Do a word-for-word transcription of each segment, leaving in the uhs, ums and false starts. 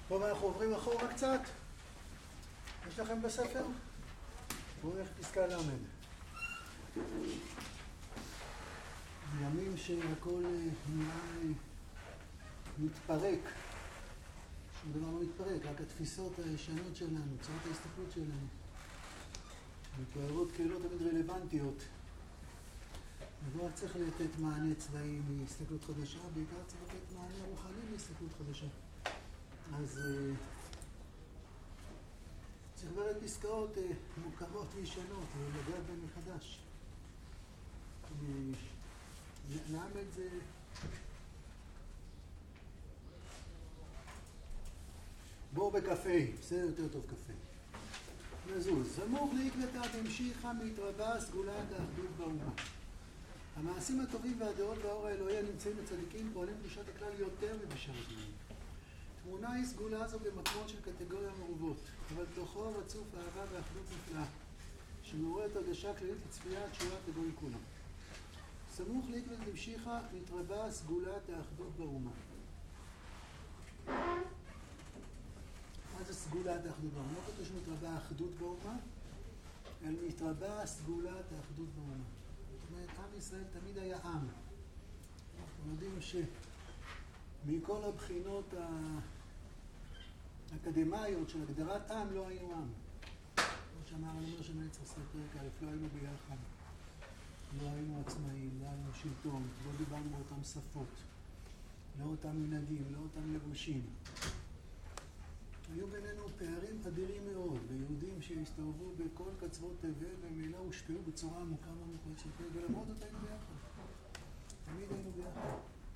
טוב, אנחנו עוברים אחורה קצת. יש לכם בספר? בואו נלך פסקה למד. בימים שהכל נראה מתפרק. שום דבר לא מתפרק, רק התפיסות הישנות שלנו, צורת ההסתכלות שלנו. מתוארות כאילו תמיד רלוונטיות. אבל צריך לתת מענה צבאי מהסתכלות חדשה, בעיקר צריך לתת מענה רוחני מהסתכלות חדשה. אז צריך לברר את פסקאות מוכרות וישנות, ולגעת בהן מחדש. נעמד זה... בור בקפה, בסדר יותר טוב קפה. נזוז, סמוך לעקבתא דמשיחא מתרבה סגולת האחדות באומה. המעשים הטובים והדעות והאור האלוהי הנמצאים בצדיקים פועלים קדושת הכלל יותר מבשאר הזמנים. תמונה היא סגולה זו במקומות של קטגוריה מרובות, אבל תוכו רצוף אהבה ואחדות נפלאה, שמעוררת הרגשה כללית לצפייה עד תשועת הגוי כולם. סמוך לעקבתא דמשיחא מתרבה סגולת האחדות באומה. מה זה סגולת האחדות באומה? לא כתוב שמתרבה האחדות באומה, אלא מתרבה סגולת האחדות באומה. זאת אומרת, עם ישראל תמיד היה עם. אנחנו יודעים שמכל הבחינות האקדמיות של הגדרת עם לא היינו עם. כמו שאמר הנומר של נצר פרק א', לא היינו ביחד. לא היינו עצמאים, לא היינו שלטון, לא דיברנו באותם שפות, לא אותם מנהגים, לא אותם לבושים. היו בינינו פערים אדירים מאוד, ויהודים שהסתובבו בכל קצוות תבל, וממילא הושפעו בצורה עמוקה ומעמוקה של תבל, ולמרות זאת היינו ביחד. תמיד היינו ביחד.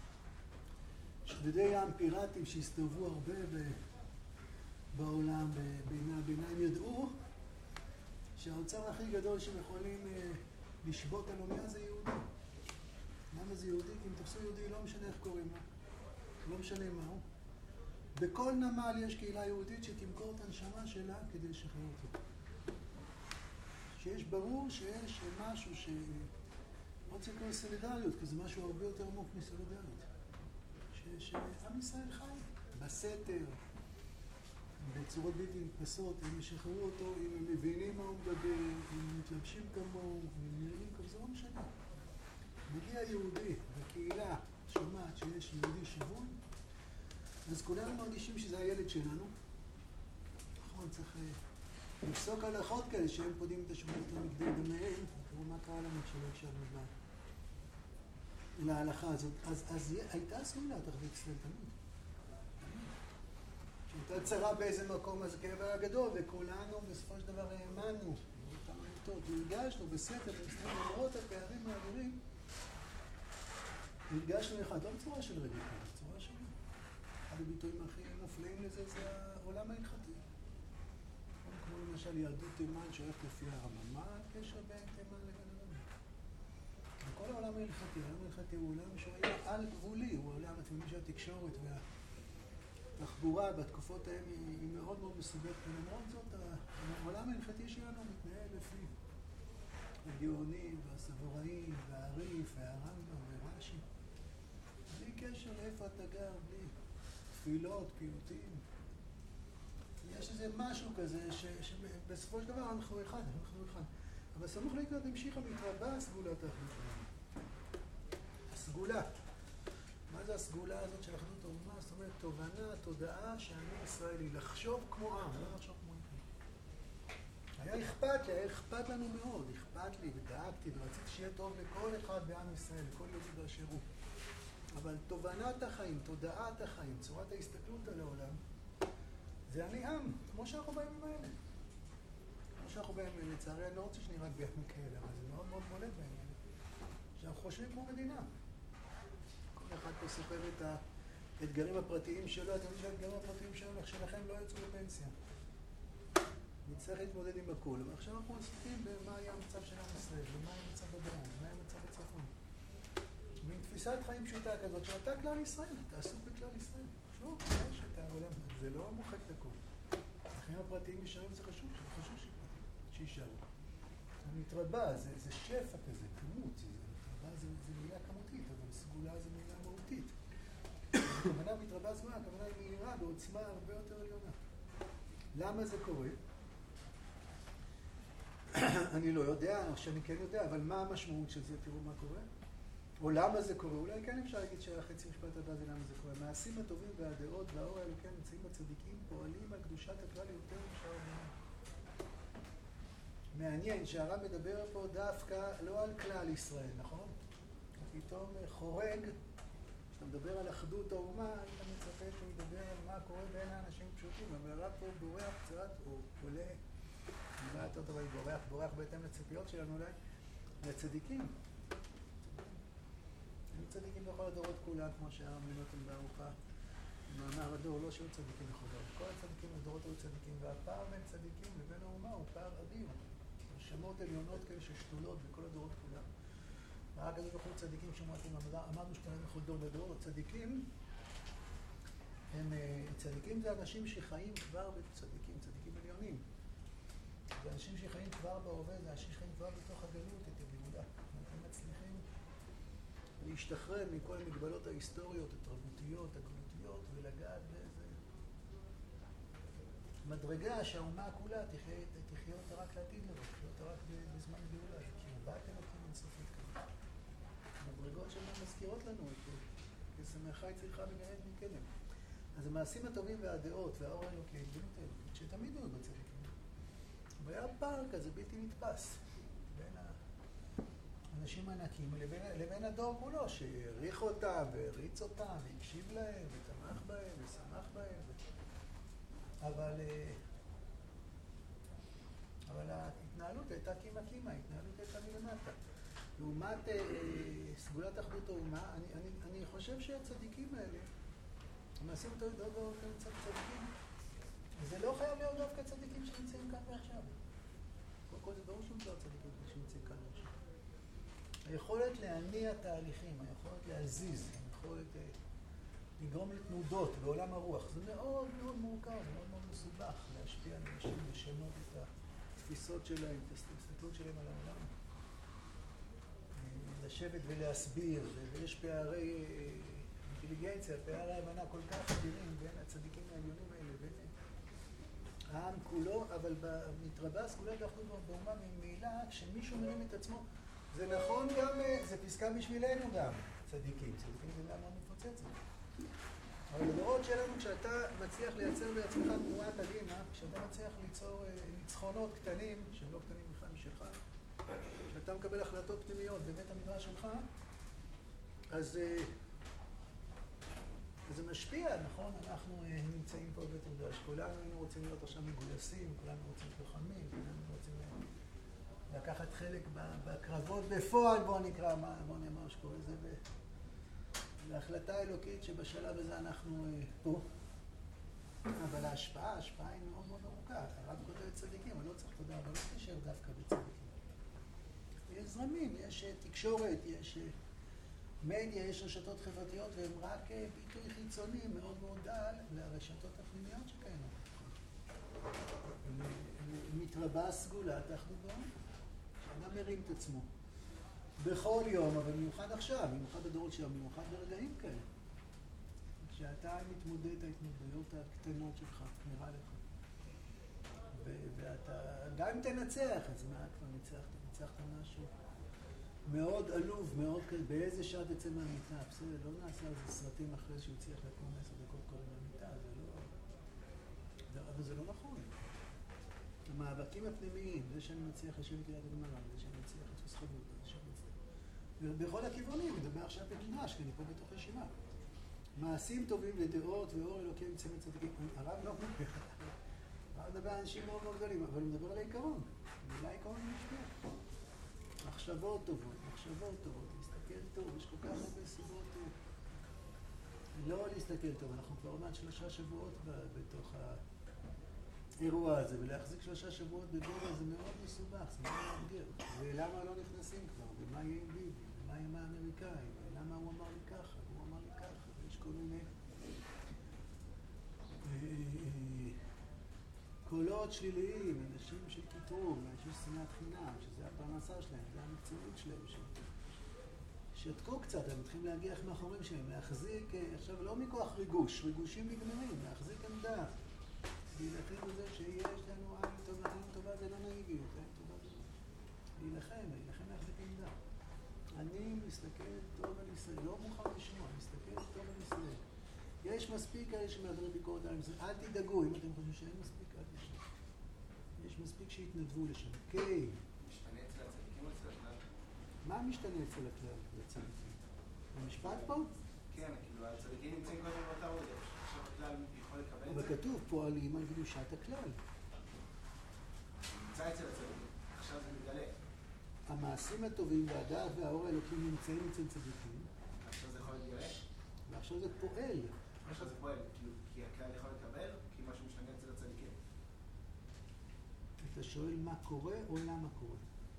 שדדי ים פיראטים שהסתובבו הרבה ב... בעולם, בימי הביניים, ידעו שהאוצר הכי גדול שהם יכולים uh, לשבות על אונייה זה יהודי. למה זה יהודי? כי אם תפסו יהודי, לא משנה איך קוראים לו, לא משנה מהו. בכל נמל יש קהילה יהודית שתמכור את הנשמה שלה כדי לשחרר אותו. שיש ברור שיש משהו ש... לא צריך לקרוא סולידריות, כי זה משהו הרבה יותר עמוק מסולידריות. שעם ישראל חי בסתר, בצורות בלתי נתפסות, הם ישחררו אותו, אם הם מבינים מה הוא מדבר, אם הם מתלבשים כמוהו, אם הם נראים כמוהו, זה לא משנה. מגיע יהודי בקהילה שומעת שיש יהודי שבוי, אז כולנו מרגישים שזה הילד שלנו. נכון, צריך לפסוק הלכות כאלה שהם פודים את השבועות למגדי דמיהם, תראו מה קרה לנו כשלא הקשבנו להלכה הזאת. אז, אז הייתה סגולה תחזיק ישראל תמיד. כשהייתה צרה באיזה מקום, אז הכאב היה גדול, וכולנו בסופו של דבר האמנו, אותם אמיתות, והרגשנו בסתר, למרות הפערים האדירים, הרגשנו אחד, לא בצורה של רדיקה, בצורה של... אחד הביטויים הכי מופלאים לזה זה העולם ההלכתי. כמו למשל יהדות תימן שהולכת לפי הרמה. מה הקשר בין תימן לבין הרמה? כל העולם ההלכתי, העולם ההלכתי הוא עולם שהוא היה על גבולי, הוא עולם, אתם יודעים שהתקשורת והתחבורה בתקופות ההם היא מאוד מאוד מסובכת, ולמרות זאת העולם ההלכתי שלנו מתנהל לפי הגאונים והסבוראים והריף והרמב"ם ורש"י. בלי קשר לאיפה אתה גר, בלי תפילות, פיוטים. יש איזה משהו כזה שבסופו של דבר אנחנו אחד, אנחנו אחד. אבל סמוך לעקבתא דמשיחא מתרבה סגולת האחדות. הסגולה. מה זה הסגולה הזאת של אחדות האומה? זאת אומרת, תובנה, תודעה שאני ישראלי, לחשוב כמו עם, לא לחשוב כמו עם. היה אכפת לי, היה אכפת לנו מאוד, אכפת לי ודאגתי ורציתי שיהיה טוב לכל אחד בעם ישראל, לכל יהודי באשר הוא. אבל תובנת החיים, תודעת החיים, צורת ההסתכלות על העולם, זה אני עם, כמו שאנחנו בימים האלה. כמו שאנחנו בימים האלה, לצערי אני לא רוצה שנראה בימים כאלה, אבל זה מאוד מאוד בולט בימים האלה. שאנחנו חושבים כמו מדינה. כל אחד פה סופר את האתגרים הפרטיים שלו, אתם יודעים שהאתגרים הפרטיים שלו, שלכם לא יצאו לפנסיה. נצטרך להתמודד עם הכל, אבל עכשיו אנחנו עוסקים במה היה המצב של עם ישראל, ומה היה המצב בדרום, ומה היה המצב בצפון. ועם תפיסת חיים פשוטה כזאת, שאתה כלל ישראל, אתה עסוק בכלל ישראל. שוב, יש את העולם, זה לא מוחק את הכל. החיים הפרטיים נשארים, זה חשוב, זה חשוב שישארו. זה מתרבה, זה, זה שפע כזה, כמות, זה, מתרבה זה, זה מילה כמותית, אבל סגולה זה מילה מהותית. הכוונה מתרבה סגולה, הכוונה היא מהירה בעוצמה הרבה יותר עליונה. למה זה קורה? אני לא יודע, או שאני כן יודע, אבל מה המשמעות של זה? תראו מה קורה. או למה זה קורה? אולי כן אפשר להגיד שהחצי משפט הבא זה למה זה קורה. המעשים הטובים והדעות והאור האלוקי נמצאים בצדיקים, פועלים על קדושת הכלל יותר משאר העולם. מעניין שהרב מדבר פה דווקא לא על כלל ישראל, נכון? פתאום חורג, כשאתה מדבר על אחדות האומה, היית מצפה שהוא ידבר על מה קורה בין האנשים פשוטים, אבל הרב פה בורח קצת, או עולה, נראה יותר טוב, בורח, בורח בהתאם לציפיות שלנו אולי, לצדיקים. הם צדיקים בכל הדורות כולם, כמו שהרב לימד אותם בארוחה. מאמר הדור, לא שהיו צדיקים בכל דור. כל הצדיקים בדורות היו צדיקים, והפער בין צדיקים לבין האומה הוא פער אדיר. שמות עליונות כאלה ששתולות בכל הדורות כולם. רק אז בכל צדיקים שמועטים, אמרנו שתמיד בכל דור ודור, צדיקים, הם, צדיקים זה אנשים שחיים כבר בצדיקים, צדיקים עליונים. זה אנשים שחיים כבר בהווה, זה אנשים שחיים כבר בתוך הגלות, את הגאולה. הם מצליחים להשתחרר מכל המגבלות ההיסטוריות, התרבותיות, הגלותיות, ולגעת באיזה מדרגה שהאומה כולה תחיה, תחיה אותה רק לעתיד לבוא, תחיה אותה רק בזמן גאולה, קרבת אלוקים אינסופית כזאת. מדרגות שהן מזכירות לנו את כשמחה יצילך בגן עדן מקדם. אז המעשים הטובים והדעות והאור האלוקי, הגדלות האלוקית, שתמיד היו בצדיקים. והיה פער כזה בלתי נתפס בין האנשים הענקים לבין, לבין הדור כולו, שהעריך אותם והריץ אותם והקשיב להם ותמך בהם ושמח בהם. אבל, אבל ההתנהלות הייתה קימה קימה, ההתנהלות הייתה מלמטה. לעומת סגולת אחדות האומה, אני, אני, אני חושב שהצדיקים האלה, המעשים אותו דווקא נמצא צדיקים, זה לא חייב להיות דווקא צדיקים שנמצאים כאן ועכשיו. כל כל זה ברור שמותר צדיקים שנמצאים כאן ועכשיו. היכולת להניע תהליכים, היכולת להזיז, היכולת לגרום לתנודות בעולם הרוח, זה מאוד מאוד מורכב, מאוד מאוד מסובך להשפיע על אנשים, לשנות את התפיסות שלהם, את ההסתכלות שלהם על העולם. לשבת ולהסביר, ויש פערי אינטליגנציה, פערי הבנה כל כך אדירים בין הצדיקים העליונים האלה, בין העם כולו, אבל במתרבה סגולת האחדות באומה ממילא, כשמישהו מרים את עצמו, זה נכון גם, זה פסקה בשבילנו גם, צדיקים, צדיקים זה גם מאוד מפוצצת. אבל בדורות שלנו, כשאתה מצליח לייצר בעצמך תנועה קדימה, כשאתה מצליח ליצור ניצחונות קטנים, שהם לא קטנים בכלל משלך, כשאתה מקבל החלטות פנימיות בבית המדרש שלך, אז, אז זה משפיע, נכון? אנחנו נמצאים פה בבית המדרש, כולנו היינו רוצים להיות עכשיו מגויסים, כולנו רוצים להיות לוחמים, כולנו רוצים לקחת חלק בקרבות בפועל, בואו נקרא, בואו נאמר שקורא זה ב... להחלטה אלוקית שבשלב הזה אנחנו פה. אבל ההשפעה, ההשפעה היא מאוד מאוד ארוכה. הרב כותב צדיקים, אני לא צריך תודה, אבל לא תשאר דווקא בצדיקים. יש זרמים, יש תקשורת, יש מדיה, יש רשתות חברתיות, והן רק ביטוי חיצוני מאוד מאוד דל לרשתות הפנימיות שקיימות. מתרבה סגולת האחדות בעולם. שאדם מרים את עצמו. בכל יום, אבל מיוחד עכשיו, מיוחד בדורות שלנו, מיוחד ברגעים כאלה. כשאתה מתמודד את ההתמודדויות הקטנות שלך, נראה לך. ואתה, גם אם תנצח, אז מה כבר ניצחת? ניצחת משהו מאוד עלוב, מאוד כזה, באיזה שעה תצא מהמיטה? בסדר, לא נעשה על זה סרטים אחרי שהוא הצליח לקום עשר דקות קודם מהמיטה, זה לא... אבל זה לא נכון. המאבקים הפנימיים, זה שאני מצליח לשבת ליד הגמרא, זה שאני מצליח לתפוס חבות, זה שאני מצליח. ובכל הכיוונים, מדבר עכשיו במדרש, כי אני פה בתוך רשימה. מעשים טובים לדעות ואור אלוקים נמצאים צדיקים. הרב לא מדבר. הרב מדבר על אנשים מאוד מאוד גדולים, אבל הוא מדבר על העיקרון. במילה העיקרון הוא משפיע. מחשבות טובות, מחשבות טובות, להסתכל טוב, יש כל כך הרבה סיבות לא להסתכל טוב. אנחנו כבר עוד מעט שלושה שבועות בתוך האירוע הזה, ולהחזיק שלושה שבועות בגובה זה מאוד מסובך, זה מאוד מאתגר. ולמה לא נכנסים כבר? ומה יהיה עם ביבי? ומה יהיה עם האמריקאים? ולמה הוא אמר לי ככה? הוא אמר לי ככה? ויש כל מיני קולות שליליים, אנשים של קיטרום, אנשים של שנאת חינם, שזה הפרנסה שלהם, זה המקצועיות שלהם, שתקו קצת, הם מתחילים להגיח מהחומרים שלהם, להחזיק, עכשיו לא מכוח ריגוש, ריגושים נגמרים, להחזיק עמדה. להילחם בזה שיש לנו עין טובה, עין טובה זה לא נאיביות, עין טובה זה לא. להילחם, להילחם להחזיק עמדה. אני מסתכל טוב על ישראל, לא מוכן לשמוע, מסתכל טוב על ישראל. יש מספיק כאלה שמעבירים ביקורת על ישראל, אל תדאגו, אם אתם חושבים שאין מספיק, אל תדאגו. יש מספיק שהתנדבו לשם. כן. משתנה אצל הצדיקים או אצל הכלל? מה משתנה אצל הכלל, לצדיקים? המשפט פה? כן, כאילו הצדיקים נמצאים קודם באותה עודף. עכשיו הכלל יכול לקבל את זה? אבל כתוב פועלים על קדושת הכלל. נמצא אצל הצדיקים, עכשיו זה מתגלה. המעשים הטובים והדעת והאור האלוקים נמצאים אצל צדיקים. עכשיו זה יכול להתגלה? ועכשיו זה פועל. עכשיו זה פועל, כאילו, כי הכלל יכול לקבל, כי משהו משתנה אצל הצדיקים. אתה שואל מה קורה או למה קורה?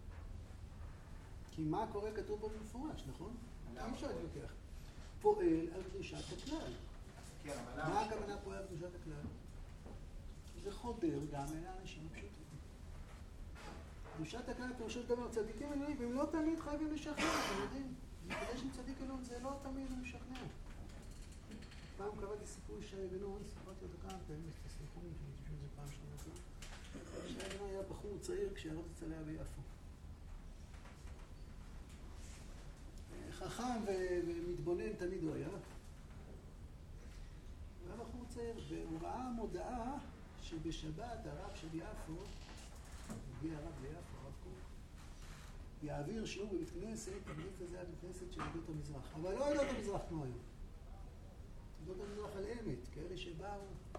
כי מה קורה כתוב פה במפורש, נכון? אי אפשר להתווכח. פועל על קדושת הכלל. כן, אבל למה? מה הכוונה פועל על קדושת הכלל? זה חודר גם אל האנשים הפשוטים. קדושת הכלל פירושו של דבר צדיקים אלוהים, והם לא תמיד חייבים לשכנע, אתם יודעים? להיפגש עם צדיק אלוהים זה לא תמיד משכנע. פעם קראתי סיפור שי בנון, סיפרתי אותו כמה פעמים, תסלחו לי שאני חושב שזה פעם שונה. שי בנון היה בחור צעיר כשהרב צלע ביפו. חכם ומתבונן תמיד הוא היה. הוא היה בחור צעיר, והוא ראה מודעה שבשבת הרב של יפו, הגיע הרב ליפו, הרב קוק, יעביר שיעור בבית כנסת, תמיד זה היה בבית כנסת של עדות המזרח. אבל לא עדות המזרח כמו היום. עדות המזרח על אמת, כאלה שבאו.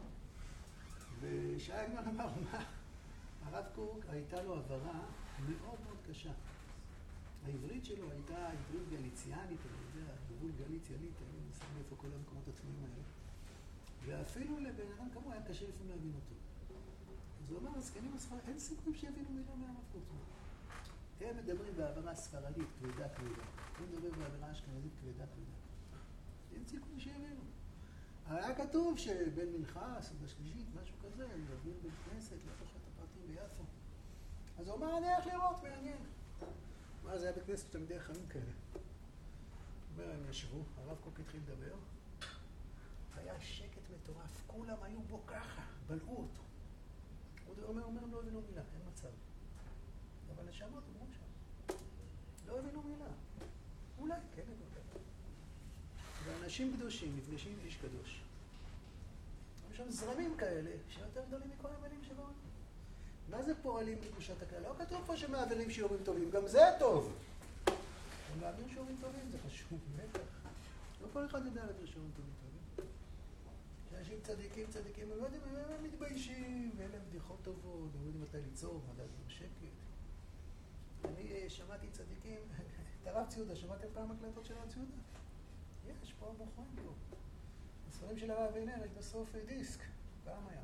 ושי עגנון אמר, מה? הרב קוק הייתה לו עברה מאוד מאוד קשה. העברית שלו הייתה עברית גליציאנית, אני יודע, גבול גליציאנית, אני מסתכל איפה כל המקומות עצמיים האלה. ואפילו לבן אדם כמוהו היה קשה לפעמים להבין אותו. אז הוא אמר, הזקנים הספרדים, אין סיכויים שיבינו מילה מהרב קוק. הם מדברים בעברה ספרדית, כבדה כבדה. הוא מדבר בעברה אשכנזית, כבדה כבדה. אין סיכויים שיבינו. היה כתוב שבן מנחה, סעודה שלישית, משהו כזה, הם מדברים בית כנסת, לא זוכר את הפרטים ביפו. אז הוא אמר, אני הולך לראות, מעניין. מה זה היה בית כנסת תלמידי חיים כאלה. הוא אומר, הם ישבו, הרב קוק התחיל לדבר. היה שקט מטורף, כולם היו בו ככה, בלעו אותו. הוא אומר, אומר, לא הבינו מילה, אין מצב. אבל לשמות, אמרו שם. לא הבינו מילה. אולי, כן הבינו. ואנשים קדושים נפגשים עם איש קדוש. יש שם זרמים כאלה שיותר גדולים מכל המילים שבעולם. מה זה פועלים בקדושת הכלל? לא כתוב פה שמעבירים שיעורים טובים, גם זה טוב. אבל להעביר שיעורים טובים זה חשוב, בטח. לא כל אחד יודע להעביר שיעורים טובים טובים. שאנשים צדיקים, צדיקים, הם לא יודעים, הם מתביישים, ואין להם בדיחות טובות, הם לא יודעים מתי ליצור, מתי לדבר שקט. אני שמעתי צדיקים, את הרב ציודה, שמעתם פעם הקלטות של הרב ציודה? יש, פה בוחרים פה. הספרים של הרב אבינר, יש בסוף דיסק, פעם היה.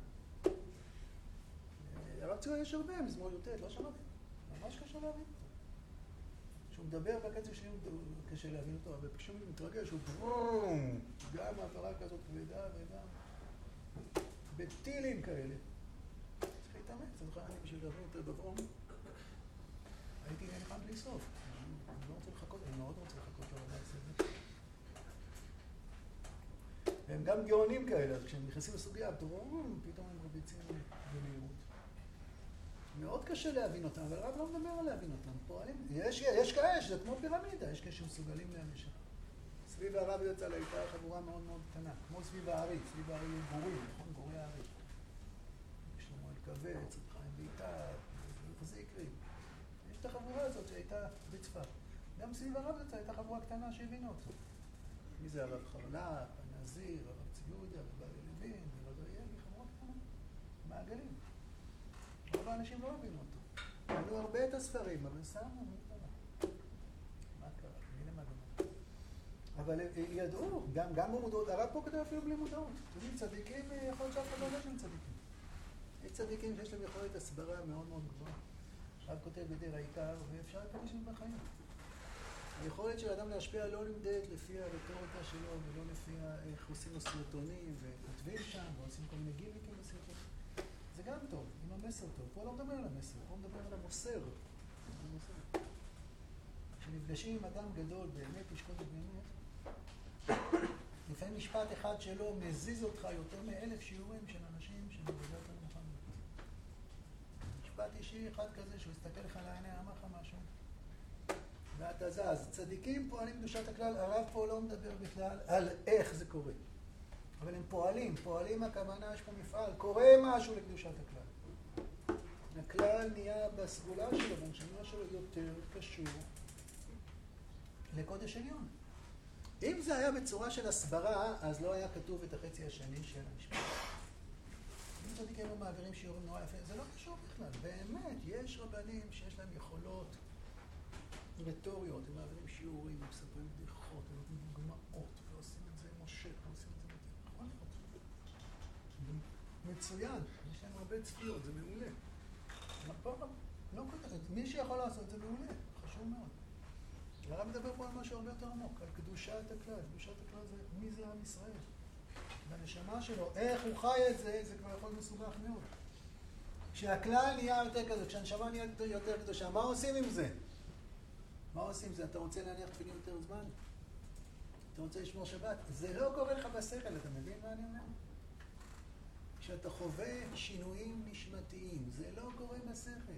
הרב ציודה יש הרבה, מזמור י"ט, לא שמעתם? ממש קשה להבין אותו. כשהוא מדבר בקצב שלי, קשה להבין אותו, אבל כשהוא מתרגש, הוא ברום, גם העברה כזאת כבדה וגם בטילים כאלה. צריך להתאמץ, אני זוכר, אני בשביל להבין יותר בברום, הייתי נלחם בלי סוף. אני לא רוצה לחכות, אני מאוד רוצה לחכות לעבודה הסדר. והם גם גאונים כאלה, אז כשהם נכנסים לסוגיה, ברום, פתאום הם מרביצים במהירות. מאוד קשה להבין אותם, אבל הרב לא מדבר על להבין אותם. פועלים, יש, יש כאלה, זה כמו פירמידה, יש כאלה שמסוגלים להמשך. סביב הרב יוצא הייתה חבורה מאוד מאוד קטנה, כמו סביב הארי, סביב הארי גורים, נכון? גורי הארי. יש לנו אל כבץ, חיים ביתה, וזה יקרים. יש את החבורה הזאת שהייתה בצפת. גם סביב הרב יוצא הייתה חבורה קטנה שהבינה אותו. מי זה הרב חרל"פ, הנזיר, הרב ציודה, הרב לוין, הרב אריאלי, חבורה קטנה. מעגלים. רוב האנשים לא הבינו אותו. קנו הרבה את הספרים, אבל שמו, מה קרה? מה קרה? מי למה גם? אבל ידעו, גם, גם במודעות, הרב פה כתב אפילו בלי מודעות. תמיד צדיקים, יכול להיות שאף אחד לא יודע שהם צדיקים. יש צדיקים שיש להם יכולת הסברה מאוד מאוד גבוהה. הרב כותב בדיר העיקר, ואפשר לפגש עם בחיים. היכולת של האדם להשפיע לא נמדדת לפי הרטוריקה שלו, ולא לפי איך עושים לו סרטונים, וכותבים שם, ועושים כל מיני גימיקים בסרטונים. זה גם טוב, אם המסר טוב. פה לא מדבר על המסר, פה מדבר על המוסר. כשנפגשים עם אדם גדול, באמת ישקוד באמת, לפעמים משפט אחד שלו מזיז אותך יותר מאלף שיעורים של אנשים שמדבר יותר מוכנים. משפט אישי אחד כזה שהוא יסתכל לך לעיני, אמר לך משהו, ואתה זז. צדיקים פועלים קדושת הכלל, הרב פה לא מדבר בכלל על איך זה קורה. אבל הם פועלים, פועלים הכוונה, יש פה מפעל, קורה משהו לקדושת הכלל. הכלל נהיה בסגולה שלו, בנשמה שלו יותר קשור לקודש עליון. אם זה היה בצורה של הסברה, אז לא היה כתוב את החצי השני של המשפט. אם צדיקים לא מעבירים שיעורים נורא יפה, זה לא קשור בכלל. באמת, יש רבנים שיש להם יכולות רטוריות, הם מעבירים שיעורים, הם מספרים בדיחות, הם נותנים דוגמאות, ועושים את זה מושך, ועושים את זה נכון. מצוין, יש להם הרבה צפיות, זה מעולה. פה, לא כותב, מי שיכול לעשות זה מעולה, חשוב מאוד. הרב מדבר פה על משהו הרבה יותר עמוק, על קדושת הכלל. קדושת הכלל זה מי זה עם ישראל. והנשמה שלו, איך הוא חי את זה, זה כבר יכול להיות מסובך מאוד. כשהכלל נהיה יותר כזה, כשהנשמה נהיה יותר קדושה, מה עושים עם זה? מה עושים עם זה? אתה רוצה להניח תפילין יותר זמן? אתה רוצה לשמור שבת? זה לא קורה לך בשכל, אתה מבין מה אני אומר? כשאתה חווה שינויים נשמתיים, זה לא קורה בשכל.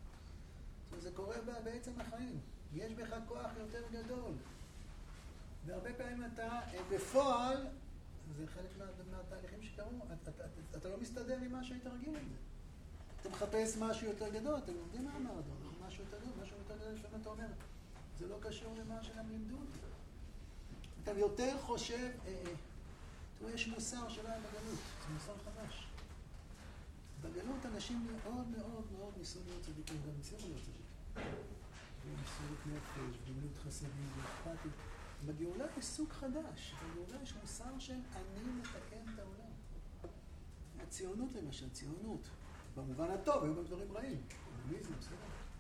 זה קורה בעצם החיים. יש בך כוח יותר גדול. והרבה פעמים אתה, בפועל, זה חלק מה, מהתהליכים שקרו, אתה, אתה, אתה, אתה לא מסתדר עם מה שהיית רגיל לזה. אתה מחפש משהו יותר גדול, אתם יודעים מה אמרת, משהו יותר גדול, משהו יותר גדול, לפעמים אתה אומר, זה לא קשור למה שהם לימדו אותי. אתה יותר חושב, אה, אה, תראו, יש מוסר שלא היה בגלות, זה מוסר חדש. בגלות אנשים מאוד מאוד מאוד ניסו להיות צדיקים, גם ניסו להיות צדיקים. במסירות נפש, בגמילות חסדים ואכפתיות. בגאולה יש סוג חדש. בגאולה יש מוסר של אני מתקן את העולם. הציונות למשל, ציונות. במובן הטוב, היו גם דברים רעים. קומוניזם, בסדר.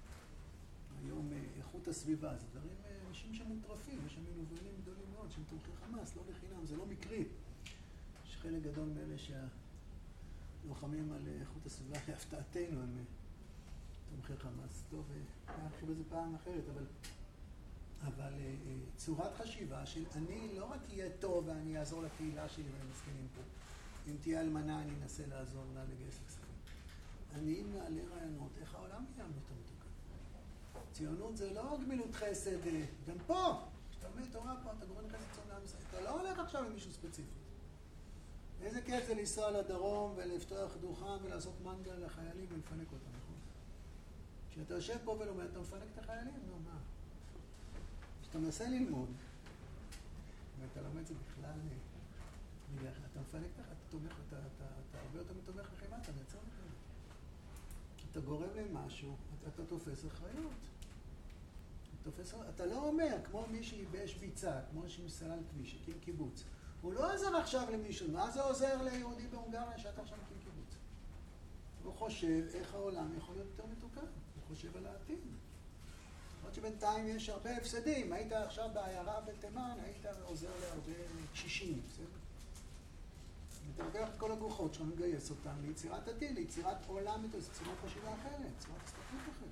היום איכות הסביבה, זה דברים, אנשים שמוטרפים, יש שם מנוונים גדולים מאוד, שהם תומכי חמאס, לא לחינם, זה לא מקרי. יש חלק גדול מאלה שהלוחמים על איכות הסביבה, להפתעתנו, הם תומכי חמאס. טוב, נרחיב בזה פעם אחרת, אבל, אבל צורת חשיבה של אני לא רק אהיה טוב ואני אעזור לקהילה שלי ואני מסכנים פה. אם תהיה אלמנה, אני אנסה לעזור לה לגייס לכספים. אני מעלה רעיונות, איך העולם יהיה יותר מתוקן. ציונות זה לא גמילות חסד, גם פה, כשאתה לומד תורה פה, אתה גורם חסד צום לעם ישראל. אתה לא הולך עכשיו למישהו ספציפי. איזה כיף זה לנסוע לדרום ולפתוח דוכן ולעשות מנגל לחיילים ולפנק אותם, נכון? כשאתה יושב פה ולומד, אתה מפנק את החיילים? נו, מה? כשאתה מנסה ללמוד, ואתה לומד את זה בכלל, אתה מפנק, אתה תומך, אתה, אתה, אתה הרבה יותר מתומך לחימה, אתה מייצר לחימה. אתה גורם למשהו, אתה, אתה תופס אחריות. תופס, אתה לא אומר, כמו מי שייבש ביצה, כמו שמסלל כביש, הקים קיבוץ. הוא לא עזר עכשיו למישהו, מה זה עוזר ליהודי בהונגריה שאתה עכשיו מקים קיבוץ? הוא חושב איך העולם יכול להיות יותר מתוקן, הוא חושב על העתיד. למרות שבינתיים יש הרבה הפסדים, היית עכשיו בעיירה בתימן, היית עוזר להרבה קשישים, בסדר? אתה לוקח את כל הגוחות שלך, מגייס אותם ליצירת עתיד, ליצירת עולם, ליצירת חשיבה אחרת, ליצירת הסתכלות אחרת.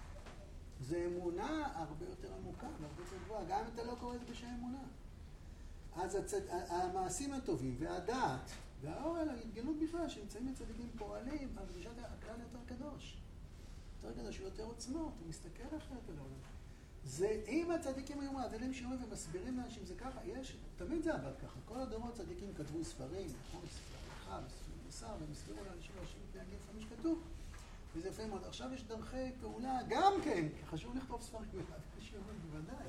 זה אמונה הרבה יותר עמוקה, הרבה יותר גבוהה, גם אם אתה לא קורא את זה בשם אמונה. אז הצד... המעשים הטובים והדעת והאור על ההתגלות בכלל שנמצאים בצדיקים פועלים על גישת הכלל יותר קדוש. יותר קדוש, יותר עוצמות, הוא מסתכל אחרת על העולם. זה, אם הצדיקים היו מעבירים שיעורים ומסבירים לאנשים, זה ככה, יש, תמיד זה עבד ככה. כל הדורות צדיקים כתבו ספרים, נכון, ספרי הלכה, ספרי מוסר, והם הסבירו לאנשים לאנשים מתנהגים לפעמים שכתוב. וזה יפה מאוד. עכשיו יש דרכי פעולה, גם כן, כי חשוב לכתוב ספרים ולהעביר שיעורים, בוודאי.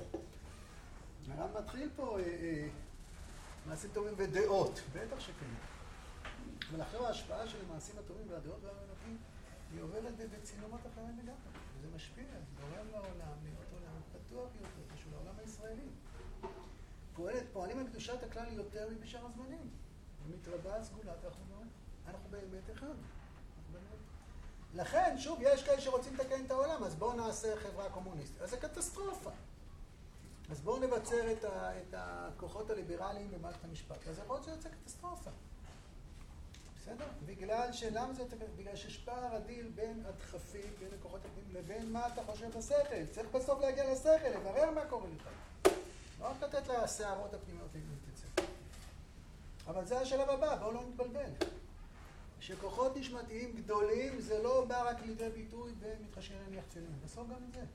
הרב מתחיל פה אה, אה, מעשים טובים ודעות, בטח שכן. אבל אחרי ההשפעה של המעשים הטובים והדעות והמנקים, היא עוברת בצינומות אחרים לגמרי. וזה משפיע, זה גורם לעולם, להיות עולם פתוח יותר, קשור לעולם הישראלי. פועלת, פועלים על קדושת הכלל יותר מבשאר הזמנים. ומתרבה סגולת, אנחנו, אנחנו באמת אחד. אנחנו באמת. לכן, שוב, יש כאלה שרוצים לתקן את העולם, אז בואו נעשה חברה קומוניסטית. אז זה קטסטרופה. אז בואו נבצר את, ה, את הכוחות הליברליים במערכת המשפט. אז יכול להיות שזה יוצא קטסטרופה. בסדר? בגלל שלמה זה, בגלל שיש פער אדיר בין הדחפים, בין הכוחות הפנים, לבין מה אתה חושב בשכל. צריך בסוף להגיע לשכל, לברר מה קורה לך. לא רק לתת לסערות הפנימיות להתייצב. אבל זה השלב הבא, בואו לא נתבלבל. שכוחות נשמתיים גדולים זה לא בא רק לידי ביטוי ומתחשב להם יחצנים. בסוף גם את זה.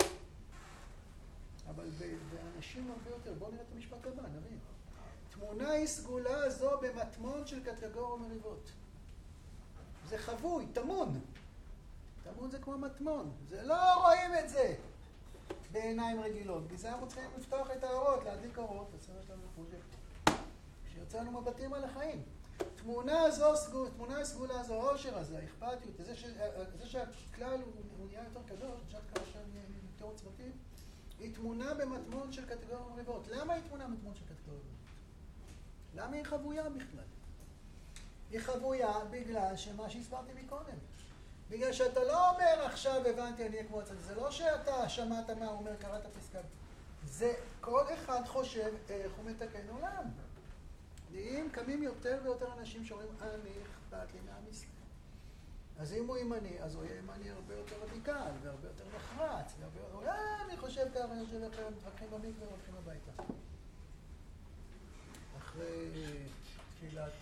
אבל באנשים הרבה יותר, בואו נראה את המשפט הבא, נבין. תמונה היא סגולה זו במטמון של קטגור ומריבות. זה חבוי, תמון. תמון זה כמו מטמון. זה לא רואים את זה בעיניים רגילות. בגלל זה אנחנו צריכים לפתוח את האורות, להדליק אורות. בסדר שלנו פרוג'קט. שיוצא לנו מבטים על החיים. תמונה זו סגולה, תמונה סגולה זו, העושר הזה, האכפתיות, זה, ש, זה שהכלל הוא, הוא נהיה יותר קדוש, בשעת כאשר נהיה יותר עוצמתי, היא תמונה במטמון של קטגוריה ומריבות. למה היא תמונה במטמון של קטגוריה ומריבות? למה היא חבויה בכלל? היא חבויה בגלל שמה שהסברתי מקודם. בגלל שאתה לא אומר עכשיו הבנתי אני אהיה כמו הצד. זה לא שאתה שמעת מה הוא אומר, קראת פסקה. זה כל אחד חושב איך הוא מתקן עולם. אם קמים יותר ויותר אנשים שאומרים אני אכפת לי מעם ישראל. אז אם הוא ימני, אז הוא יהיה ימני הרבה יותר רדיקל והרבה יותר נחרץ. והרבה יותר, אה, אני חושב ככה, אני חושב ככה, מתווכחים במקווה והולכים הביתה. אחרי תפילת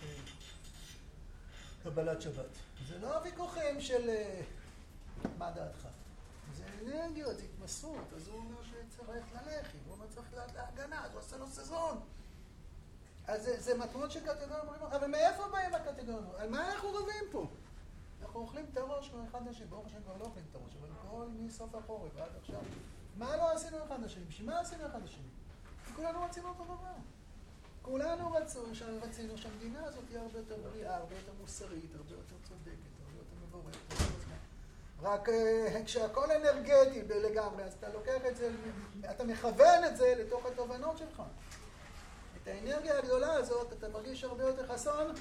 קבלת שבת. זה לא הוויכוחים של מה דעתך. זה אנרגיות, זה התמסרות. אז הוא אומר שצריך ללכת, הוא אומר צריך להגנה, אז הוא עושה לו סזון. אז זה, זה מטמון של קטגוריה ומריבות. אבל מאיפה באים הקטגוריה? על מה אנחנו רבים פה? אנחנו אוכלים את הראש מאחד לשני. ברוך השם כבר לא אוכלים את הראש, אבל כל מסוף החורף ועד עכשיו. מה לא עשינו אחד לשני? בשביל מה עשינו אחד לשני? כי כולנו רצינו אותו דבר. כולנו רצו, רצינו שהמדינה הזאת תהיה הרבה יותר בריאה, הרבה יותר מוסרית, הרבה יותר צודקת, הרבה יותר מבורכת. רק כשהכל אנרגטי לגמרי, אז אתה לוקח את זה, אתה מכוון את זה לתוך התובנות שלך. את האנרגיה הגדולה הזאת אתה מרגיש הרבה יותר חסון,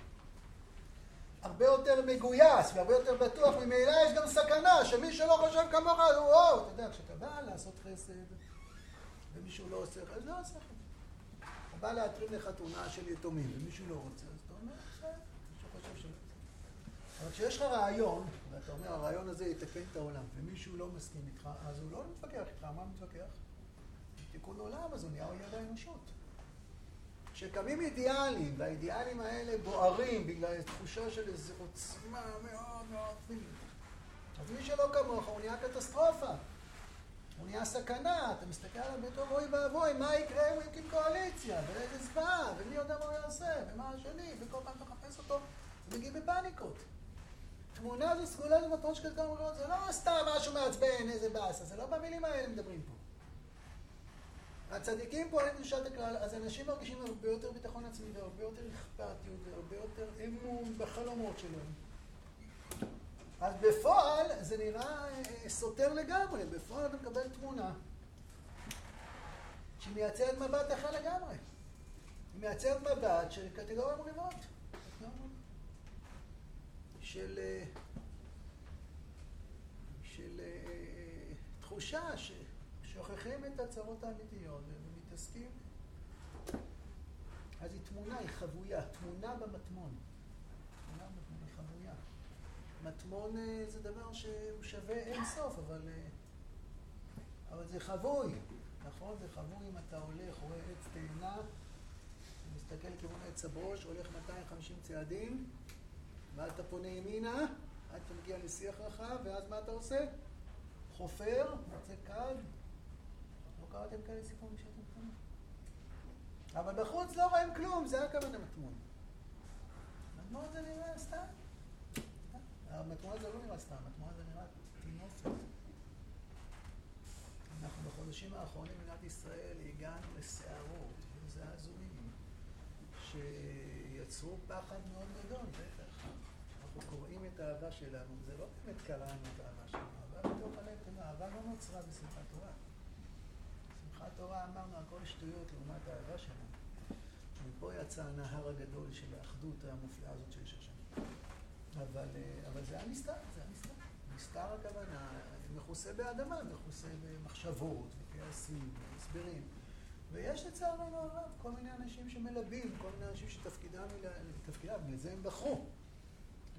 הרבה יותר מגויס והרבה יותר בטוח. ממילא יש גם סכנה שמי שלא חושב כמוך, הוא וואו, אתה יודע, כשאתה בא לעשות חסד ומישהו לא עושה חסד, לא עושה חסד. אתה בא להתרים לחתונה של יתומים ומישהו לא רוצה, אז אתה אומר, בסדר, מישהו חושב שלא. אבל כשיש לך רעיון, ואתה אומר, הרעיון הזה יתקן את העולם, ומישהו לא מסכים איתך, אז הוא לא מתווכח איתך. מה מתווכח? תיקון עולם, אז הוא נהיה אויב האנושות. כשקמים אידיאלים, והאידיאלים האלה בוערים בגלל תחושה של איזו עוצמה מאוד מאוד פנימית. אז מי שלא כמוך, הוא נהיה קטסטרופה. הוא נהיה סכנה, אתה מסתכל עליו בתור אוי ואבוי, מה יקרה אם הוא יקים קואליציה, ואיזה זוועה, ומי יודע מה הוא יעשה, ומה השני, וכל פעם תחפש אותו, ומגיע בפאניקות. תמונה זו סגולה זו מטרון של קטגוריה ומריבות, זה לא סתם משהו מעצבן, איזה באסה, זה לא במילים האלה מדברים פה. הצדיקים פועלים קדושת הכלל, אז אנשים מרגישים הרבה יותר ביטחון עצמי, והרבה יותר אכפתיות, והרבה יותר אמון בחלומות שלהם. אז בפועל זה נראה סותר לגמרי, בפועל אתה מקבל תמונה שמייצרת מבט אחר לגמרי. היא מייצרת מבט של קטגוריה ומריבות. של, של תחושה ש... שוכחים את הצרות האמיתיות ומתעסקים. אז היא תמונה, היא חבויה, תמונה במטמון. תמונה במטמון, היא חבויה. מטמון זה דבר שהוא שווה אין סוף, אבל, אבל זה חבוי. נכון? זה חבוי אם אתה הולך, רואה עץ תאנה, מסתכל לכיוון עץ הברוש, הולך מאתיים וחמישים צעדים, ואז אתה פונה ימינה, עד אתה מגיע לשיח רחב, ואז מה אתה עושה? חופר, מוצא קו. לא קראתם כאלה סיפורים שאתם קטנים? אבל בחוץ לא רואים כלום, זה הכוונה מטמון. מטמון זה נראה סתם. המטמון זה לא נראה סתם, המטמון זה נראה תינופת. אנחנו בחודשים האחרונים במדינת ישראל הגענו לסערות וזעזועים שיצרו פחד מאוד גדול, בטח. אנחנו קוראים את האהבה שלנו, זה לא באמת קראנו את האהבה שלנו, האהבה בתוך הלב, האהבה לא נוצרה בשמחת תורה. בשמחת תורה אמרנו הכל שטויות לעומת האהבה שלנו. מפה יצא הנהר הגדול של האחדות המופלאה הזאת שיש השם. אבל, אבל זה היה נסתר, זה היה נסתר. נסתר הכוונה, מכוסה באדמה, מכוסה במחשבות וכעסים והסברים. ויש לצערנו הרב כל מיני אנשים שמלבים, כל מיני אנשים שתפקידם, תפקידם, לזה הם בחרו.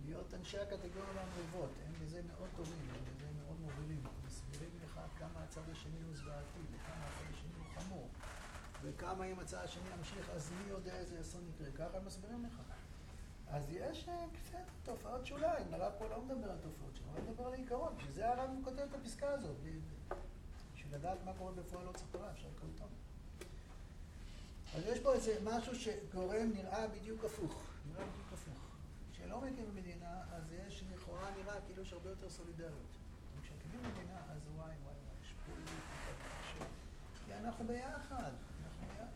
להיות אנשי הקטגוריה והמריבות, הם בזה מאוד טובים, הם בזה מאוד מובילים. מסבירים לך כמה הצד השני הוא זוועתי, וכמה הצד השני הוא חמור, וכמה אם הצד השני ימשיך, אז מי יודע איזה אסון יקרה, ככה הם מסבירים לך. אז יש קצת תופעות שוליים, הרב פה לא מדבר על תופעות שלו, הוא מדבר על העיקרון, שזה הרב הוא כותב את הפסקה הזאת, בשביל לדעת מה קורה בפועל לא צריך תורה, אפשר לקרוא אותו. אז יש פה איזה משהו שגורם נראה בדיוק הפוך, נראה בדיוק הפוך. כשלא מקים מדינה, אז יש לכאורה נראה כאילו יש הרבה יותר סולידריות. כשמקימים מדינה, אז וואי וואי וואי, יש פה כי אנחנו ביחד, אנחנו ביחד.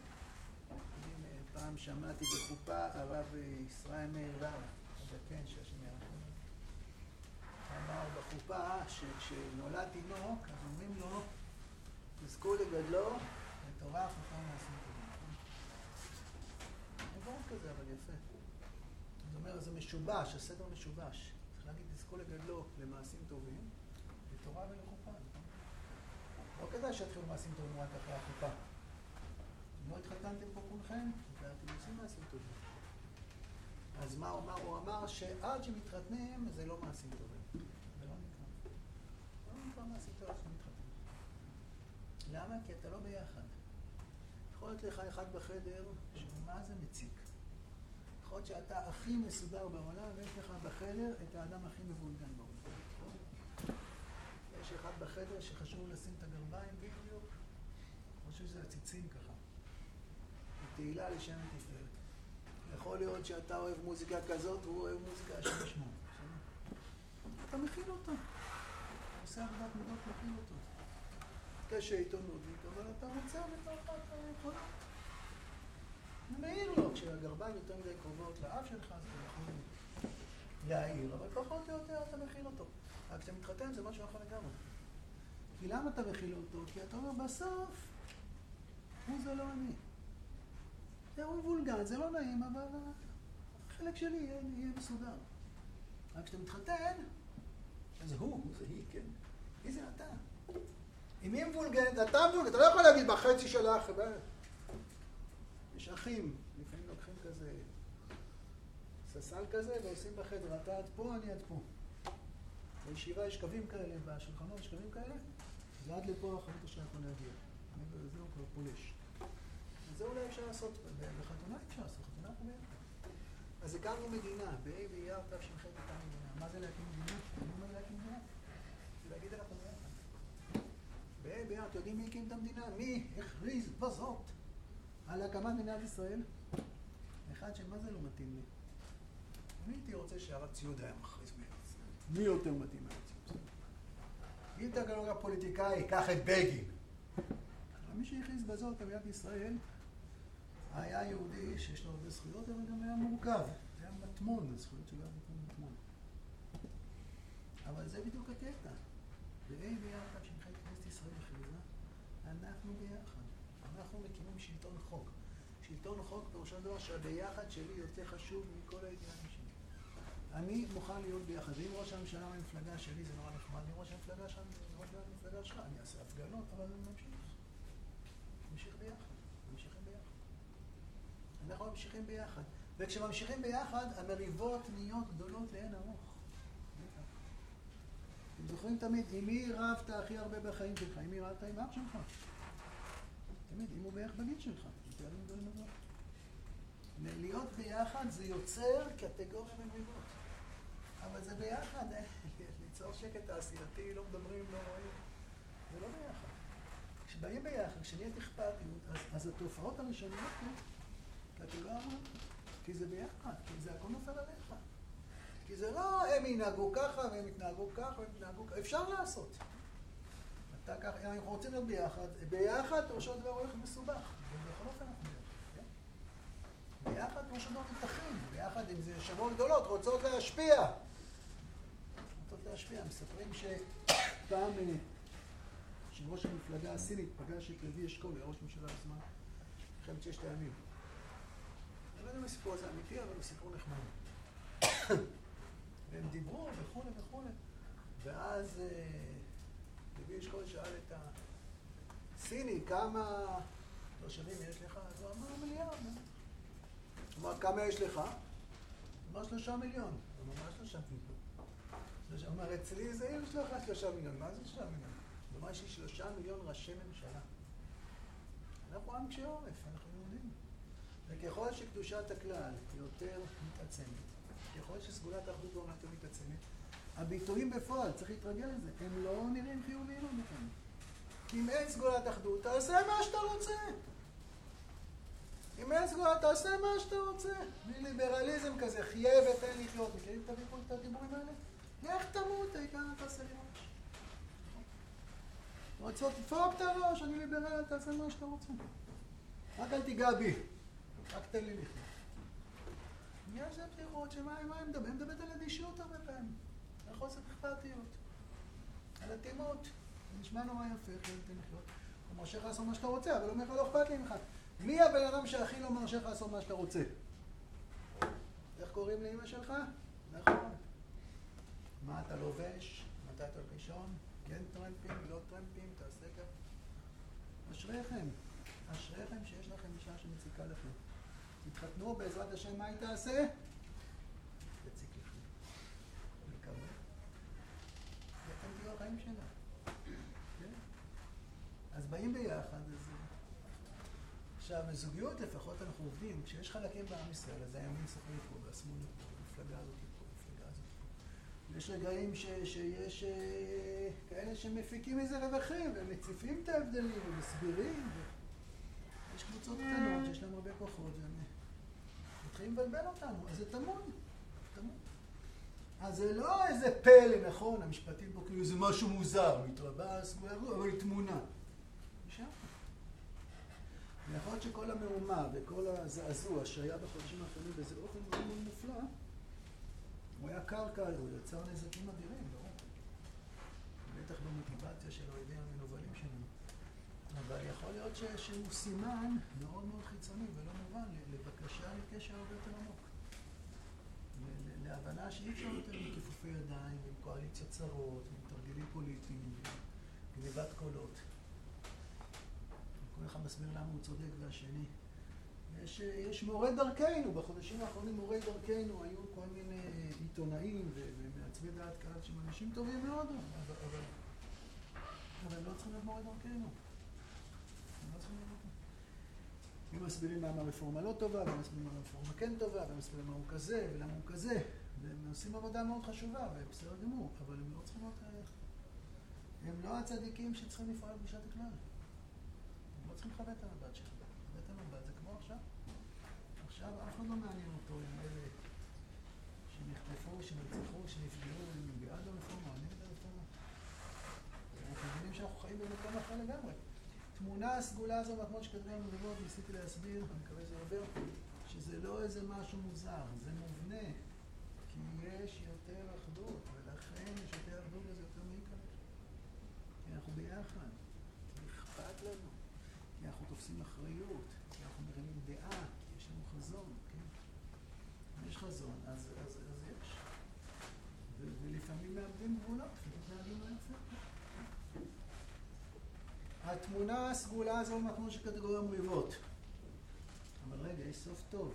פעם שמעתי בחופה הרב ישראל מאיר בר, הזקן שהשם ירחם, אמר בחופה שכשנולד תינוק, אז אומרים לו, תזכו לגדלו, לתורה חכם מעשים טובים. אין דבר כזה, אבל יפה. זאת אומרת, זה משובש, הסדר משובש. צריך להגיד, תזכו לגדלו למעשים טובים, לתורה ולחופה. לא כדאי שיתחילו מעשים טובים רק אחרי החופה. אם לא התחתנתם פה כולכם, ואתם עושים מעשים טובים. אז מה הוא אמר? הוא אמר שעד שמתחתנים זה לא מעשים טובים. זה לא נקרא. לא נקרא מעשים טובים שמתחתנים. למה? כי אתה לא ביחד. יכול להיות לך אחד בחדר שמה זה מציק. יכול להיות שאתה הכי מסודר בעולם ויש לך בחדר את האדם הכי מבולגן בעולם. יש אחד בחדר שחשוב לשים את הגרביים בדיוק, או שזה הציצים ככה. תהילה לשם תפארת. יכול להיות שאתה אוהב מוזיקה כזאת והוא אוהב מוזיקה השם ישמור. אתה מכיל אותו. עושה עבודת מידות, מכיל אותו. קשה עיתונות, אבל אתה רוצה בתוך אתה יכול. מעיר לו, כשהגרביים יותר מדי קרובות לאף שלך, אז אתה יכול להעיר, אבל פחות או יותר אתה מכיל אותו. רק כשאתה מתחתן זה משהו אחר לגמרי. כי למה אתה מכיל אותו? כי אתה אומר בסוף, הוא זה לא אני. הוא מבולגן, זה לא נעים, אבל החלק שלי יהיה, יהיה מסודר. רק כשאתה מתחתן, אז הוא, זה היא, כן. מי זה אתה? אם היא מבולגנת, אתה מבולגן, אתה לא יכול להגיד בחצי שלך, יש אחים, לפעמים לוקחים כזה ססל כזה ועושים בחדר, אתה עד פה, אני עד פה. בישיבה יש קווים כאלה, בשולחנות יש קווים כאלה, זה עד לפה החלטה שאתה יכול להגיע. זהו כבר פולש. אז זה אולי אפשר לעשות, בחתונה אפשר לעשות, חתונה אנחנו ביחד. אז הקמנו מדינה, בה' באייר תש"ח הקמנו מדינה. מה זה להקים מדינה? אני אומר להקים מדינה. זה להגיד אנחנו ביחד. בה' באייר, אתם יודעים מי הקים את המדינה? מי הכריז בזאת על הקמת מדינת ישראל? אחד שמה זה לא מתאים לי? מי הייתי רוצה שהרב ציודה היה מכריז בארץ? מי יותר מתאים מהרב ציודה? אם אתה גם לא פוליטיקאי, קח את בגין. מי שהכריז בזאת על מדינת ישראל היה יהודי שיש לו הרבה זכויות, אבל גם היה מורכב. זה היה מטמון, הזכויות שלו היה מטמון. אבל זה בדיוק הקטע. בה' באייר תש"ח כנסת ישראל הכריזה, אנחנו ביחד. אנחנו מקימים שלטון חוק. שלטון חוק פירושו של דבר שהביחד שלי יותר חשוב מכל העניינים שלי. אני מוכן להיות ביחד. ואם ראש הממשלה מהמפלגה שלי זה נורא נחמד, אם ראש המפלגה שם זה ראש המפלגה שלך, אני אעשה הפגנות, אבל אני ממשיך. ממשיך ביחד. ממשיכים ביחד. אנחנו ממשיכים ביחד. וכשממשיכים ביחד, המריבות נהיות גדולות לאין ארוך. אתם זוכרים תמיד, עם מי רבת הכי הרבה בחיים שלך? עם מי רבת? עם אח שלך. תמיד, אם הוא בערך בגיל שלך. להיות ביחד זה יוצר קטגוריה במריבות. אבל זה ביחד, ליצור שקט תעשייתי, לא מדברים, לא רואים. זה לא ביחד. כשבאים ביחד, כשנהיית אכפתיות, אז, אז התופעות הראשונות, כי אתה לא אמר, כי זה ביחד, כי זה הכל נופל עליך. כי זה לא, הם ינהגו ככה, והם יתנהגו ככה, והם יתנהגו ככה, אפשר לעשות. אתה ככה, אם אנחנו רוצים להיות ביחד, ביחד, תרשו דבר הולך מסובך. ובכל אופן אנחנו ביחד, כן? ביחד תרשו דבר מתחים, ביחד אם זה שבועות גדולות, רוצות להשפיע. רוצות להשפיע, מספרים שפעם שראש המפלגה הסינית פגש את לוי אשכול, ראש ממשלה בזמן, מלחמת ששת הימים. אני לא יודע אם הסיפור הזה אמיתי, אבל הוא סיפור נחמד. והם דיברו וכו' וכו'. ואז לוי אשכול שאל את הסיני, כמה תושבים יש לך? אז הוא אמר מיליון. הוא אמר, כמה יש לך? הוא אמר שלושה מיליון. זה ממש שלושה מיליון. הוא אומר, אצלי זה יש לך שלושה מיליון. מה זה שלושה מיליון? כלומר, יש לי שלושה מיליון ראשי ממשלה. אנחנו עם קשי עורף, אנחנו יודעים. וככל שקדושת הכלל יותר מתעצמת, ככל שסגולת האחדות בעולם יותר מתעצמת, הביטויים בפועל, צריך להתרגל לזה, הם לא נראים חיוביים לכם. כי אם אין סגולת אחדות, תעשה מה שאתה רוצה. אם אין סגולת, תעשה מה שאתה רוצה. מליברליזם כזה, חיה ותן לחיות. מכירים את הדיבורים האלה? לך תמות, העיקר תעשה לי ראש. רוצות, תפוק את הראש, אני ליברל, תעשה מה שאתה רוצה. רק אל תיגע בי, רק תן לי לחיות. יש זה בחירות שמה הם מדברים? הם מדברת על אדישות הרבה פעמים, על חוסר אכפתיות, על אטימות. זה נשמע נורא יפה, תן לי לחיות. הוא מרשה לך לעשות מה שאתה רוצה, אבל הוא אומר לך לא אכפת לי ממך. מי הבן אדם שהכי לא מרשה לך לעשות מה שאתה רוצה? איך קוראים לאמא שלך? נכון. מה אתה לובש? מתי אתה לישון? כן טרמפים, לא טרמפים, תעשה גם. אשריכם, אשריכם שיש לכם אישה שמציקה לכם. תתחתנו בעזרת השם, מה היא תעשה? תציק לכם. לקבל. ואתם תהיו החיים שלה. כן? אז באים ביחד, אז... עכשיו, מזוגיות לפחות אנחנו עובדים. כשיש חלקים בעם ישראל, אז הימין סוחר פה, והשמאל פה, המפלגה הזאת פה, המפלגה הזאת פה. יש רגעים ש, שיש אה, כאלה שמפיקים איזה רווחים, והם מציפים את ההבדלים, ומסבירים. ו... יש קבוצות קטנות שיש להם הרבה כוחות, והם מתחילים לבלבל אותנו. אז זה תמון, תמון. אז זה לא איזה פלא, נכון, המשפטים פה כאילו זה משהו מוזר, מתרבס, אבל היא תמונה. נשאר. ויכול להיות שכל המהומה וכל הזעזוע שהיה בחודשים האחרונים באיזה אופן מאוד מאוד מופלא, הוא היה קרקע, הוא יצר נזקים אדירים, לא? בטח במוטיבציה של האויבים המנוולים שלנו. אבל יכול להיות שהוא סימן מאוד מאוד חיצוני ולא מובן לבקשה לקשר הרבה יותר עמוק. להבנה שאי אפשר יותר עם כיפופי ידיים, עם קואליציות צרות, עם תרגילים פוליטיים, עם גניבת קולות. כל אחד מסביר למה הוא צודק והשני. יש, יש מורי דרכנו, בחודשים האחרונים מורי דרכנו היו כל מיני עיתונאים ומעצבי דעת קהל שהם אנשים טובים מאוד, אבל, אבל, אבל הם לא צריכים להיות מורי דרכנו. הם לא צריכים להיות דרכנו. הם מסבירים למה הרפורמה לא טובה, והם מסבירים למה הרפורמה כן טובה, והם מסבירים למה הוא כזה ולמה הוא כזה. והם עושים עבודה מאוד חשובה, ובסדר גמור, אבל הם לא צריכים להיות... הם לא הצדיקים שצריכים לפעול בשעת הכלל. לא צריכים לכבד את המבט שלך. לכבד את המבט, זה כמו עכשיו. עכשיו אף אחד לא מעניין אותו עם אלה שנחטפו, שנרצחו, שנפגעו, הם בעד הרפורמה, נגד הרפורמה. אנחנו מבינים שאנחנו חיים במקום אחר לגמרי. תמונה הסגולה הזו, כמו שכתבי המדברות, ניסיתי להסביר, אני מקווה שזה עובר, שזה לא איזה משהו מוזר, זה מובנה. כי יש יותר אחדות, ולכן יש יותר אחדות וזה יותר מעיקר. כי אנחנו ביחד. אכפת לנו. כי אנחנו תופסים אחריות, כי אנחנו מרימים דעה, כי יש לנו חזון, כן? יש חזון, אז, אז, אז יש. ו- ולפעמים מאבדים גבולות, ולפעמים לא יפה. התמונה הסגולה הזו כמו שקטגוריה מריבות. אבל רגע, יש סוף טוב.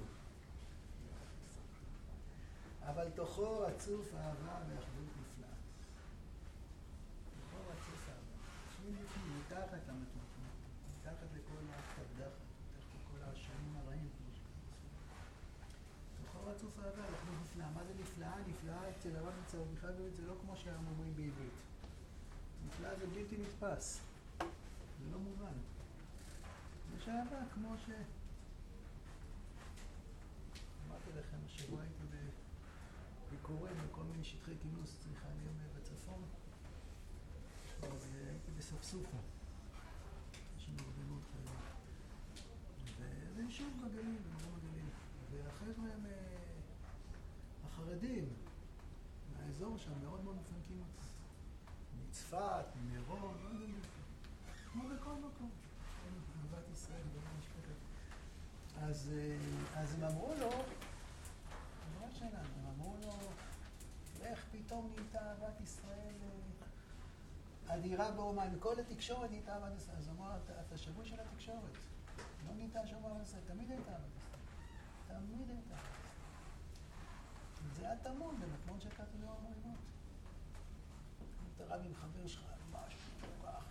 אבל תוכו רצוף אהבה ואחדות נפלאה. תוכו רצוף אהבה. שמים בפנים, מתחת למתנות. מתחת לכל הקדחת, מתחת לכל השנים הרעים. תוכו רצוף אהבה ואחדות נפלאה. מה זה נפלאה? נפלאה אצל הרב מצב בכלל באמת זה לא כמו שהיום אומרים בעברית. נפלאה זה בלתי נתפס. זה לא מובן. יש אהבה כמו ש... אמרתי לכם, השבוע הייתי בביקורים בכל מיני שטחי כינוס, צריכה להיות בצפון. אז הייתי בספסופה. יש לנו הרבה מאוד כאלה. וזה יישוב בגליל, במקום הגליל. והחבר'ה הם החרדים מהאזור שם מאוד מאוד מפנקים אותם. מצפת, ממירון, לא יודע איפה. כמו בכל מקום. אהבת ישראל, בכל משפטת. אז, אז הם אמרו לו, אמרה שלנו, הם אמרו לו, איך פתאום נהייתה אהבת ישראל אדירה באומה, מכל התקשורת נהייתה אהבת ישראל. אז אמרו, אתה, אתה שבוי של התקשורת. לא נהייתה שבוי אהבת ישראל, תמיד הייתה אהבת ישראל. תמיד הייתה אהבת ישראל. זה זה היה טמון במטמון של קאטו לאור המריבות. אתה רב עם חבר שלך, ממש מטורח,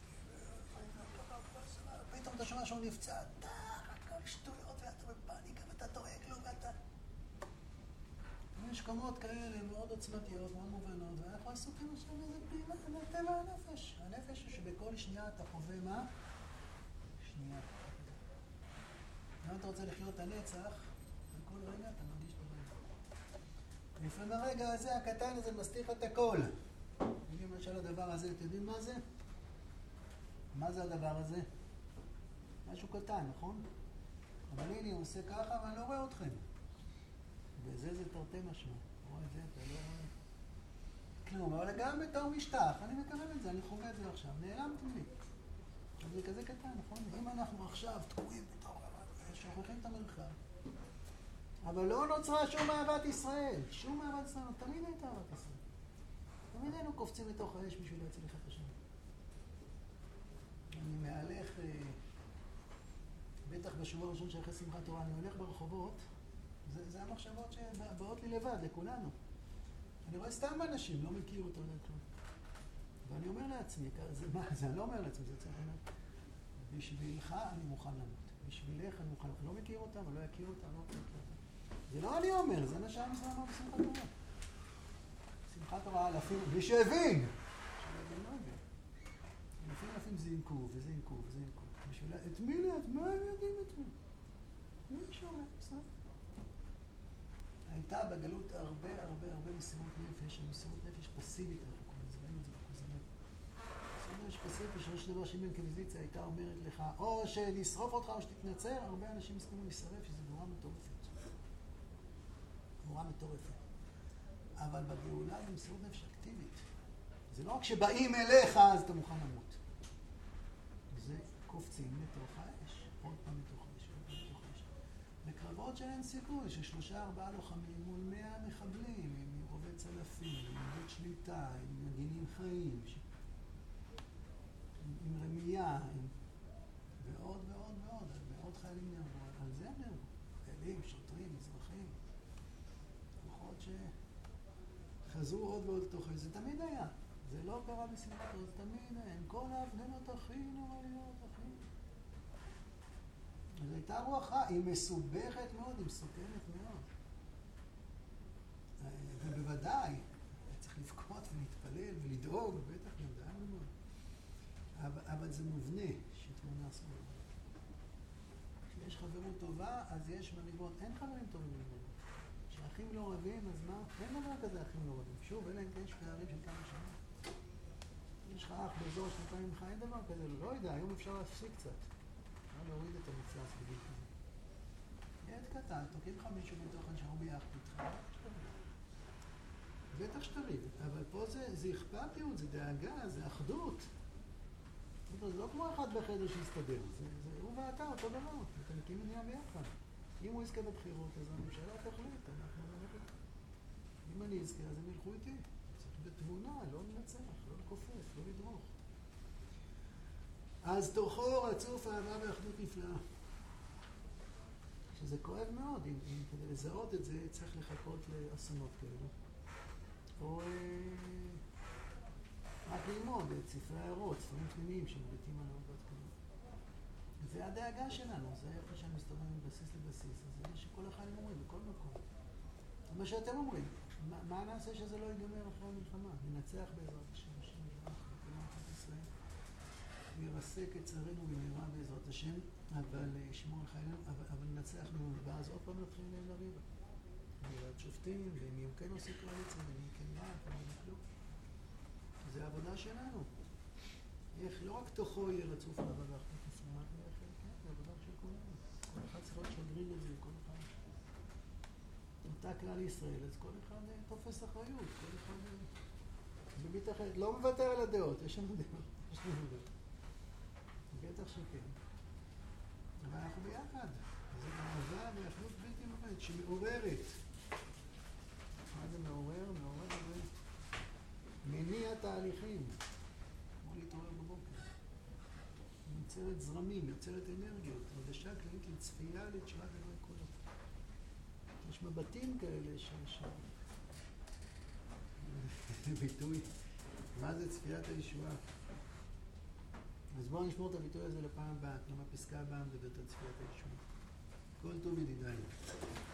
פתאום אתה שומע שהוא נפצע, אתה רק שטויות ואתה בפאניקה ואתה דואג לו ואתה... יש כמות כאלה מאוד עוצמתיות, מאוד מובנות, ואנחנו עסוקים עכשיו איזה פעימה, זה טבע הנפש. הנפש הוא שבכל שנייה אתה חווה מה? שנייה. אם אתה רוצה לחיות את הנצח, בכל רגע אתה מרגיש את הרגע. לפעמים הרגע הזה, הקטן הזה, מסתיר את הכל. אם למשל הדבר הזה, אתם יודעים מה זה? מה זה הדבר הזה? משהו קטן, נכון? אבל הנה, הוא עושה ככה, אבל אני לא רואה אתכם. וזה זה תרתי משמע. רואה את זה, אתה לא רואה. כלום, אבל גם בתור משטח, אני מקבל את זה, אני חווה את זה עכשיו. נעלמתם לי. זה כזה קטן, נכון? אם אנחנו עכשיו תקועים בתוך הרב, שוכחים את המרחב. אבל לא נוצרה שום אהבת ישראל. שום אהבת ישראל. תמיד הייתה אהבת ישראל. תמיד היינו קופצים לתוך האש בשביל להציל אחד את השני. אני מהלך, בטח בשבוע הראשון של אחרי שמחת תורה, אני הולך ברחובות, זה, זה המחשבות שבאות לי לבד, לכולנו. אני רואה סתם אנשים, לא מכיר אותו, לא כלום. ואני אומר לעצמי, זה מה, זה אני לא אומר לעצמי, זה צריך לומר, בשבילך אני מוכן למות. בשבילך אני מוכן למות. אני לא מכיר אותם, אני לא אכיר אותם, אני לא מכיר אותם. זה לא אני אומר, זה נשאר מזה אמר בשמחת תורה. שמחת תורה אלפים, בלי שהבין! שלא הבין. אלפים אלפים זינקו, וזינקו, וזינקו. בשבילה, את מי ליד? מה הם יודעים את מי? מי שאומר, בסדר? הייתה בגלות הרבה הרבה הרבה מסירות נפש, מסירות נפש פסיבית, אנחנו קוראים לזה, ראינו את זה בכוזרים. מסירות נפש פסיבית, שיש דבר שאם אינקוויזיציה הייתה אומרת לך, או שנשרוף אותך או שתתנצר, הרבה אנשים הסכימו להישרף, שזה גבורה מטורפת. גבורה מטורפת. אבל בגאולה היא מסירות נפש אקטיבית. זה לא רק שבאים אליך, אז אתה מוכן למות. זה קופצים לתוך האש, עוד פעם לתוך האש, עוד פעם לתוך האש. בקרבות שאין סיכוי, ששלושה ארבעה לוחמים מול מאה מחבלים, עם רובי צלפים, עם עמדות שליטה, עם מגינים חיים, ש... עם, עם רמייה, עם... ועוד ועוד ועוד, ועוד חיילים נהרגו. על זה הם נהרגו. חיילים, שוטרים, מזרחים. כוחות שחזרו עוד ועוד לתוך האש. זה תמיד היה. זה לא קרה בשמחת תורה, זה תמיד היה. עם כל ההפגנות הכי נוראיות, הכי... זו הייתה רוח רעה, היא מסובכת מאוד, היא מסוכנת מאוד. ובוודאי, צריך לבכות ולהתפלל ולדאוג, בטח נדענו מאוד. אבל, אבל זה מובנה שתמונה סגורה. כשיש חברות טובה, אז יש מריבות. אין חברים טובים מריבות. כשאחים לא רבים, אז מה? אין דבר כזה אחים לא רבים. שוב, אלא אם כן יש פערים של כמה שנים. יש לך אח באזור שנתיים ממך, אין דבר כזה. לא יודע, היום אפשר להפסיק קצת. להוריד את המצלס בגיל כזה. ילד קטן, תוקעים לך מישהו מתוכן שהוא ביחד איתך, בטח שתריב, אבל פה זה, זה אכפתיות, זה דאגה, זה אחדות. זה לא כמו אחד בחדר שיסתדר, זה, זה הוא ואתה אותו דבר, אתה מקים מניעה ביחד. אם הוא יזכה בבחירות, אז הממשלה תחליט, אנחנו נלך איתה. אם אני אזכה, אז הם ילכו איתי. צריך בתבונה, לא לנצח, לא לכופף, לא לדרוך. אז תוכו רצוף אהבה ואחדות נפלאה. שזה כואב מאוד, אם, אם כדי לזהות את זה צריך לחכות לאסונות כאלה. או אה, רק ללמוד את ספרי הערות, ספרים פנימיים שמביטים על העבוד כאלה. זה הדאגה שלנו, זה איפה שאני מסתובב מבסיס לבסיס, אז זה שכל החיים אומרים, בכל מקום. זה מה שאתם אומרים, מה, מה נעשה שזה לא ייגמר אחרי המלחמה? ננצח בעזרת השם, השם יברך במלכות ישראל. ירסק את צערנו במהרה בעזרת השם, אבל ישמור על חיינו, אבל, אבל ננצח לנו, ואז עוד פעם נתחיל להם לריב. נראה שופטים, ואם יהיו כן עושים קואליציה, ואם יהיו כן רע, ואם יהיו כלום. זה העבודה שלנו. איך לא רק תוכו יהיה רצוף אהבה ואחדות נפלאה, איך כן, זה עבודה של כולנו. כל אחד צריך להיות שגריר את זה, כל אחד. אותה כלל ישראל, אז כל אחד תופס אחריות, כל אחד בביט אחרת. לא מוותר על הדעות, יש לנו דעות, יש לנו דעות. בטח שכן. אבל אנחנו ביחד. זו אהבה ואחדות בלתי מובנת, שמעוררת. מה זה מעורר? מעורר זה מניע תהליכים. כמו להתעורר בבוקר. יוצרת זרמים, יוצרת אנרגיות. הרגשה כללית לצפייה לתשובת דברי קולות. יש מבטים כאלה ש... ביטוי, מה זה צפיית הישועה? אז בואו נשמור את הביטוי הזה לפעם הבאה, גם הפסקה הבאה מדברת על צפיית הישועה. כל טוב ידידיי.